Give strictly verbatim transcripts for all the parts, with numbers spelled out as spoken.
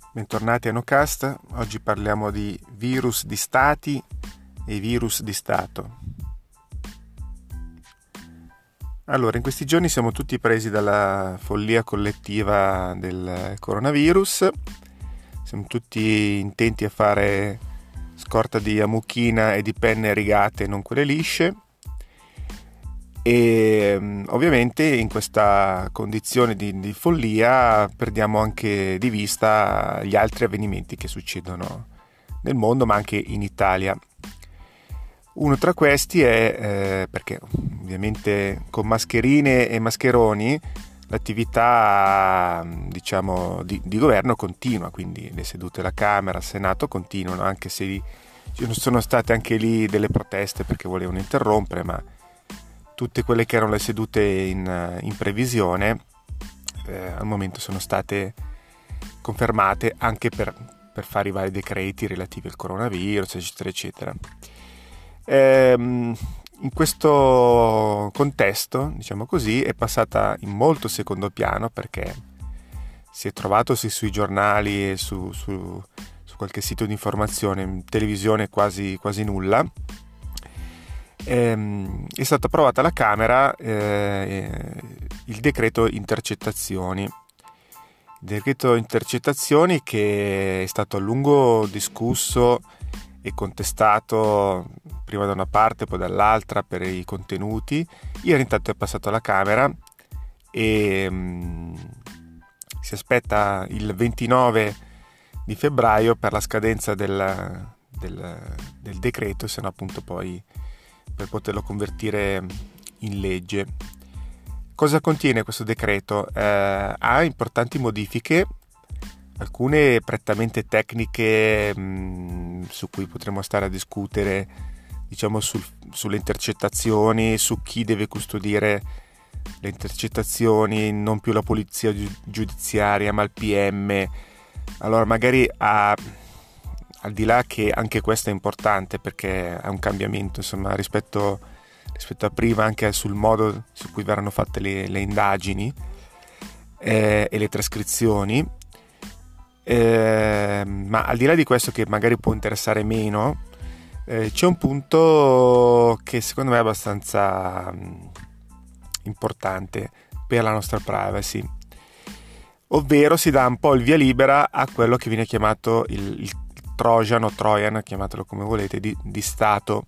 Bentornati a NoCast. Oggi parliamo di virus di stati e virus di Stato. Allora, in questi giorni siamo tutti presi dalla follia collettiva del coronavirus, siamo tutti intenti a fare scorta di ammucchina e di penne rigate, non quelle lisce, e ovviamente in questa condizione di, di follia perdiamo anche di vista gli altri avvenimenti che succedono nel mondo, ma anche in Italia. Uno tra questi è, eh, perché ovviamente con mascherine e mascheroni l'attività diciamo di, di governo continua, quindi le sedute alla Camera, al Senato continuano, anche se ci sono state anche lì delle proteste perché volevano interrompere, ma tutte quelle che erano le sedute in, in previsione eh, al momento sono state confermate, anche per, per fare i vari decreti relativi al coronavirus, eccetera, eccetera. Ehm, in questo contesto, diciamo così, è passata in molto secondo piano, perché si è trovato sì, sui giornali e su, su, su qualche sito di informazione, in televisione quasi, quasi nulla. È stato approvato alla Camera eh, il decreto intercettazioni. Il decreto intercettazioni che è stato a lungo discusso e contestato prima da una parte poi dall'altra per i contenuti. Ieri intanto è passato alla Camera e um, si aspetta il ventinove di febbraio per la scadenza del, del, del decreto, se no appunto poi per poterlo convertire in legge. Cosa contiene questo decreto? Eh, ha importanti modifiche, alcune prettamente tecniche mh, su cui potremo stare a discutere, diciamo sul, sulle intercettazioni, su chi deve custodire le intercettazioni, non più la polizia giudiziaria ma il P M. Allora magari ha, al di là che anche questo è importante perché è un cambiamento insomma rispetto, rispetto a prima, anche sul modo su cui verranno fatte le, le indagini eh, e le trascrizioni. Eh, ma al di là di questo, che magari può interessare meno, eh, c'è un punto che secondo me è abbastanza mh, importante per la nostra privacy, ovvero si dà un po' il via libera a quello che viene chiamato il, il Trojan o Trojan, chiamatelo come volete, di, di Stato.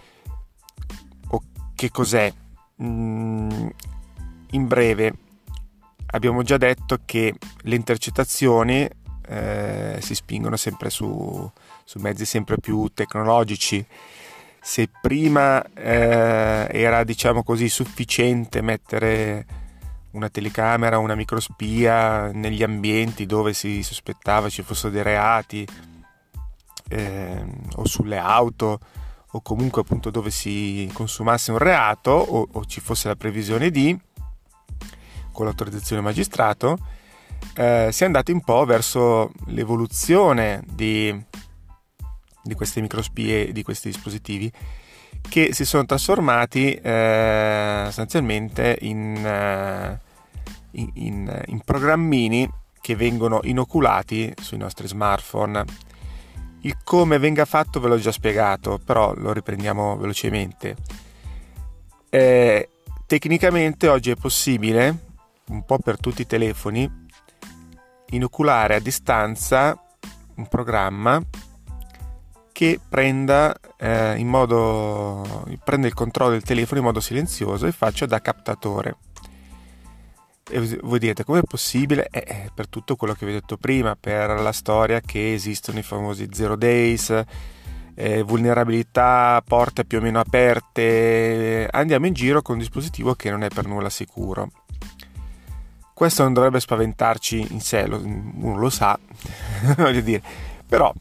O che cos'è? Mm, in breve, abbiamo già detto che le intercettazioni eh, si spingono sempre su, su mezzi sempre più tecnologici. Se prima eh, era, diciamo così, sufficiente mettere una telecamera, una microspia negli ambienti dove si sospettava ci fossero dei reati, eh, o sulle auto, o comunque appunto dove si consumasse un reato o, o ci fosse la previsione di, con l'autorizzazione del magistrato, eh, si è andati un po' verso l'evoluzione di, di queste microspie, di questi dispositivi, che si sono trasformati eh, sostanzialmente in, eh, in, in, in programmini che vengono inoculati sui nostri smartphone. Il come venga fatto ve l'ho già spiegato, però lo riprendiamo velocemente. Eh, tecnicamente oggi è possibile, un po' per tutti i telefoni, inoculare a distanza un programma che prenda eh, in modo prende il controllo del telefono in modo silenzioso e faccia da captatore. E voi direte, com'è possibile? Eh, per tutto quello che vi ho detto prima, per la storia che esistono i famosi zero days, eh, vulnerabilità, porte più o meno aperte, andiamo in giro con un dispositivo che non è per nulla sicuro. Questo non dovrebbe spaventarci in sé, lo, uno lo sa, voglio dire, però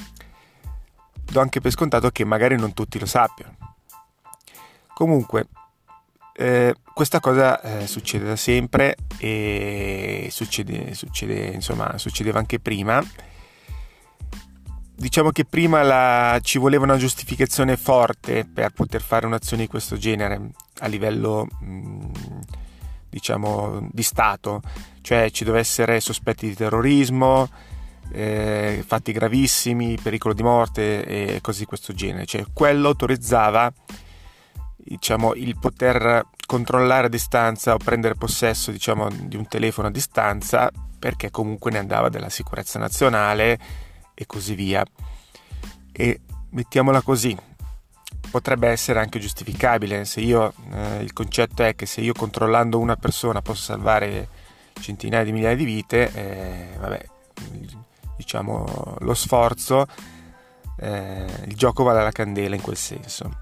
do anche per scontato che magari non tutti lo sappiano. Comunque, Eh, questa cosa eh, succede da sempre e succede, succede, insomma, succedeva anche prima. Diciamo che prima la, ci voleva una giustificazione forte per poter fare un'azione di questo genere a livello mh, diciamo di Stato, cioè ci deve essere sospetti di terrorismo, eh, fatti gravissimi, pericolo di morte e cose di questo genere. Cioè quello autorizzava, diciamo, il poter controllare a distanza o prendere possesso, diciamo, di un telefono a distanza, perché comunque ne andava della sicurezza nazionale e così via. E mettiamola così, potrebbe essere anche giustificabile se io eh, il concetto è che se io controllando una persona posso salvare centinaia di migliaia di vite, eh, vabbè, diciamo lo sforzo, eh, il gioco vale la candela in quel senso.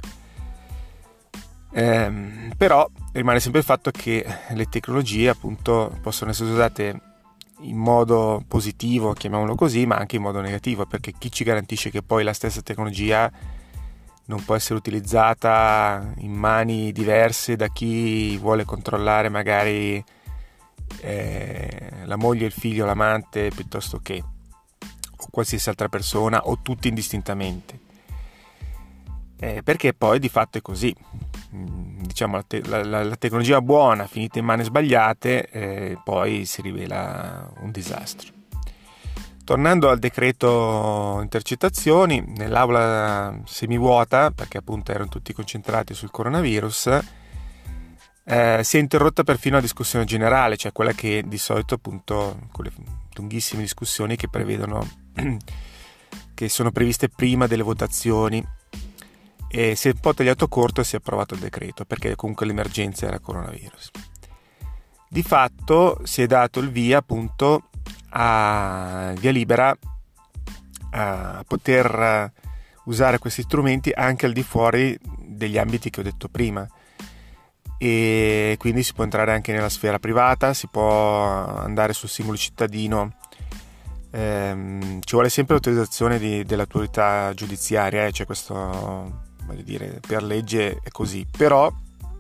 Eh, però rimane sempre il fatto che le tecnologie appunto possono essere usate in modo positivo, chiamiamolo così, ma anche in modo negativo, perché chi ci garantisce che poi la stessa tecnologia non può essere utilizzata in mani diverse da chi vuole controllare magari eh, la moglie, il figlio, l'amante, piuttosto che, o qualsiasi altra persona, o tutti indistintamente, eh, perché poi di fatto è così. Diciamo la, te- la, la, la tecnologia buona finita in mani sbagliate eh, poi si rivela un disastro. Tornando al decreto intercettazioni, nell'aula semivuota, perché appunto erano tutti concentrati sul coronavirus, eh, si è interrotta perfino la discussione generale, cioè quella che di solito appunto con le lunghissime discussioni che prevedono che sono previste prima delle votazioni, e si è un po' tagliato corto e si è approvato il decreto, perché comunque l'emergenza era coronavirus. Di fatto si è dato il via appunto a via libera a poter usare questi strumenti anche al di fuori degli ambiti che ho detto prima, e quindi si può entrare anche nella sfera privata, si può andare sul singolo cittadino. Ehm, ci vuole sempre l'autorizzazione di, dell'autorità giudiziaria, eh, cioè questo, voglio dire, per legge è così, però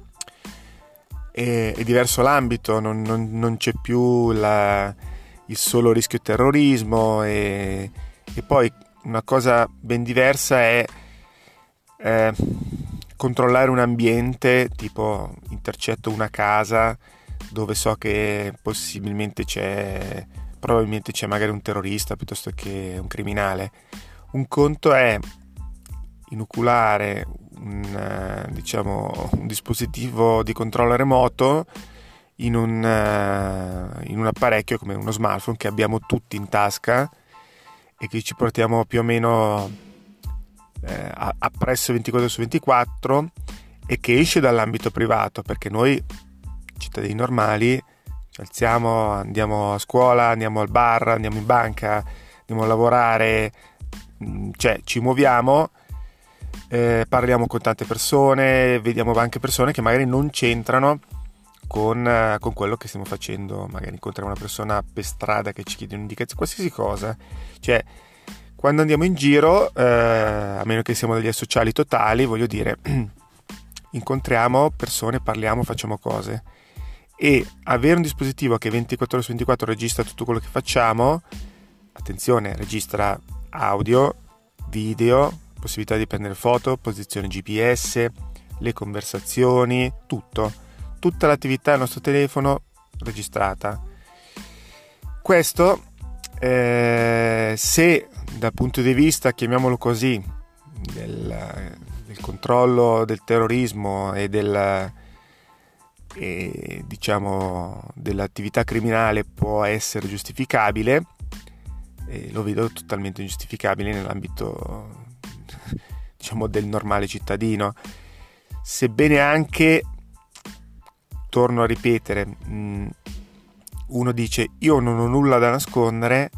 è, è diverso l'ambito, non, non, non c'è più la, il solo rischio terrorismo, e, e poi una cosa ben diversa è eh, controllare un ambiente, tipo intercetto una casa dove so che possibilmente c'è, probabilmente c'è magari un terrorista piuttosto che un criminale. Un conto è inoculare un, diciamo, un dispositivo di controllo remoto in un, in un apparecchio come uno smartphone che abbiamo tutti in tasca e che ci portiamo più o meno eh, appresso ventiquattro su ventiquattro, e che esce dall'ambito privato, perché noi cittadini normali ci alziamo, andiamo a scuola, andiamo al bar, andiamo in banca, andiamo a lavorare, cioè ci muoviamo, eh, parliamo con tante persone, vediamo anche persone che magari non c'entrano con, con quello che stiamo facendo. Magari incontriamo una persona per strada che ci chiede un'indicazione, qualsiasi cosa. Cioè quando andiamo in giro, eh, a meno che siamo degli asociali totali, voglio dire, incontriamo persone, parliamo, facciamo cose, e avere un dispositivo che ventiquattro ore su ventiquattro registra tutto quello che facciamo, attenzione, registra audio, video, possibilità di prendere foto, posizione G P S, le conversazioni, tutto, tutta l'attività del nostro telefono registrata. Questo eh, se dal punto di vista, chiamiamolo così, del, del controllo del terrorismo e del e, diciamo dell'attività criminale può essere giustificabile, e lo vedo totalmente ingiustificabile nell'ambito, diciamo, del normale cittadino, sebbene anche, torno a ripetere, mh, uno dice io non ho nulla da nascondere,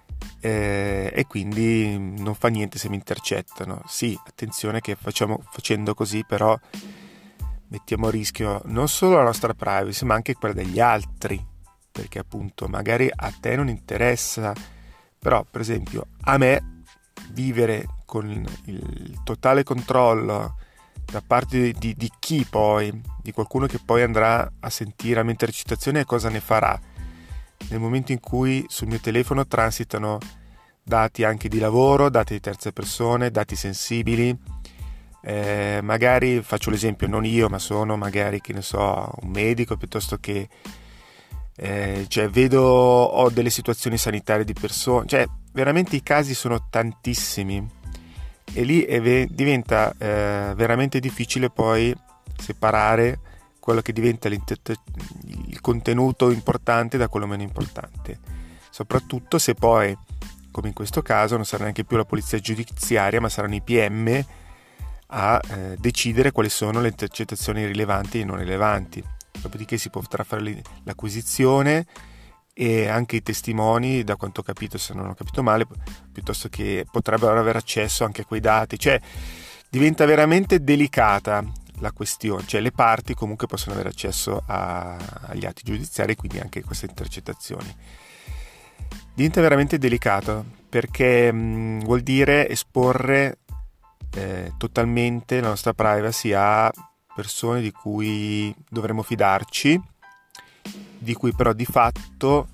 eh, e quindi non fa niente se mi intercettano. Sì, attenzione che facciamo, facendo così però mettiamo a rischio non solo la nostra privacy ma anche quella degli altri, perché appunto magari a te non interessa, però per esempio a me vivere con il totale controllo da parte di, di, di chi poi, di qualcuno che poi andrà a sentire la mia intercettazione e cosa ne farà, nel momento in cui sul mio telefono transitano dati anche di lavoro, dati di terze persone, dati sensibili, eh, magari faccio l'esempio, non io ma sono magari, che ne so, un medico piuttosto che eh, cioè vedo, ho delle situazioni sanitarie di persone, cioè veramente i casi sono tantissimi e lì è ve- diventa eh, veramente difficile poi separare quello che diventa il contenuto importante da quello meno importante, soprattutto se poi, come in questo caso, non sarà neanche più la polizia giudiziaria, ma saranno i P M a eh, decidere quali sono le intercettazioni rilevanti e non rilevanti. Dopodiché si potrà fare l'acquisizione e anche i testimoni, da quanto ho capito, se non ho capito male, piuttosto che potrebbero avere accesso anche a quei dati. Cioè diventa veramente delicata la questione, cioè le parti comunque possono avere accesso a, agli atti giudiziari, quindi anche a queste intercettazioni. Diventa veramente delicato perché mh, vuol dire esporre eh, totalmente la nostra privacy a persone di cui dovremmo fidarci, di cui però di fatto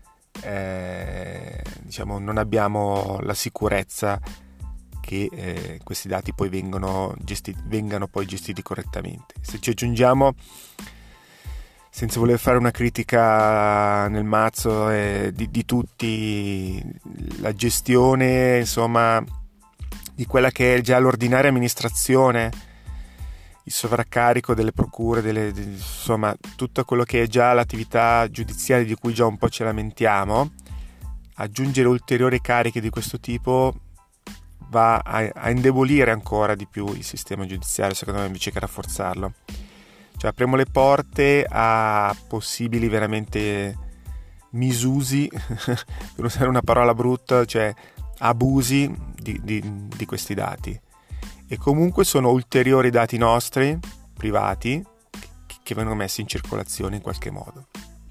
eh, diciamo non abbiamo la sicurezza che eh, questi dati poi vengono gestiti, vengano poi gestiti correttamente. Se ci aggiungiamo, senza voler fare una critica nel mazzo eh, di, di tutti, la gestione insomma di quella che è già l'ordinaria amministrazione, il sovraccarico delle procure, delle, de, insomma tutto quello che è già l'attività giudiziaria di cui già un po' ci lamentiamo, aggiungere ulteriori cariche di questo tipo va a, a indebolire ancora di più il sistema giudiziario, secondo me, invece che rafforzarlo. Cioè apriamo le porte a possibili veramente misusi, per usare una parola brutta, cioè abusi di, di, di questi dati. E comunque sono ulteriori dati nostri, privati, che, che vengono messi in circolazione in qualche modo.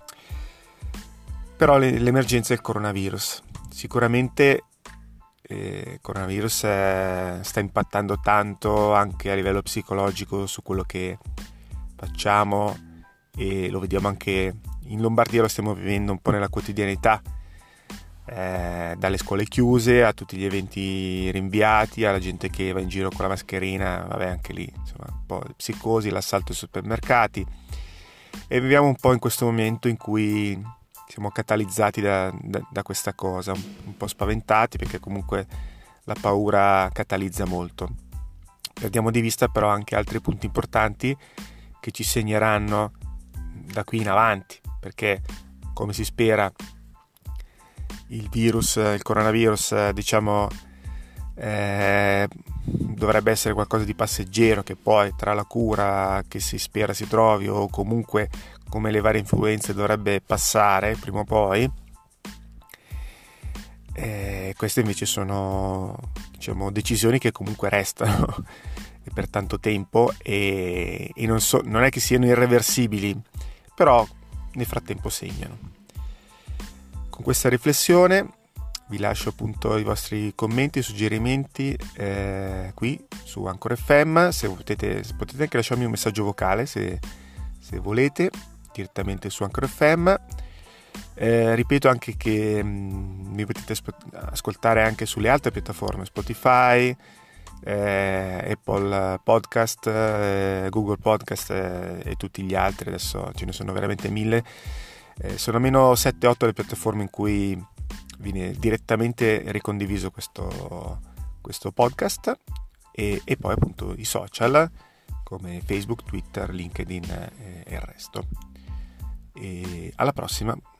Però le, l'emergenza è il coronavirus. Sicuramente il coronavirus eh, sta impattando tanto anche a livello psicologico su quello che facciamo, e lo vediamo anche in Lombardia, lo stiamo vivendo un po' nella quotidianità, eh, dalle scuole chiuse a tutti gli eventi rinviati, alla gente che va in giro con la mascherina, vabbè anche lì insomma un po' di psicosi, l'assalto ai supermercati, e viviamo un po' in questo momento in cui siamo catalizzati da, da, da questa cosa, un, un po' spaventati, perché comunque la paura catalizza molto. Perdiamo di vista però anche altri punti importanti che ci segneranno da qui in avanti, perché come si spera il virus, il coronavirus, diciamo, eh, dovrebbe essere qualcosa di passeggero, che poi tra la cura che si spera si trovi o comunque come le varie influenze dovrebbe passare prima o poi. Eh, queste invece sono, diciamo, decisioni che comunque restano e per tanto tempo, e, e non, so, non è che siano irreversibili, però nel frattempo segnano. Con questa riflessione vi lascio appunto i vostri commenti, suggerimenti eh, qui su Anchor F M. Se potete, potete anche lasciarmi un messaggio vocale se, se volete, direttamente su Anchor F M. Eh, ripeto anche che mh, mi potete ascoltare anche sulle altre piattaforme, Spotify, eh, Apple Podcast, eh, Google Podcast eh, e tutti gli altri. Adesso ce ne sono veramente mille, eh, sono almeno sette otto le piattaforme in cui viene direttamente ricondiviso questo, questo podcast, e, e poi appunto i social come Facebook, Twitter, LinkedIn eh, e il resto. E alla prossima.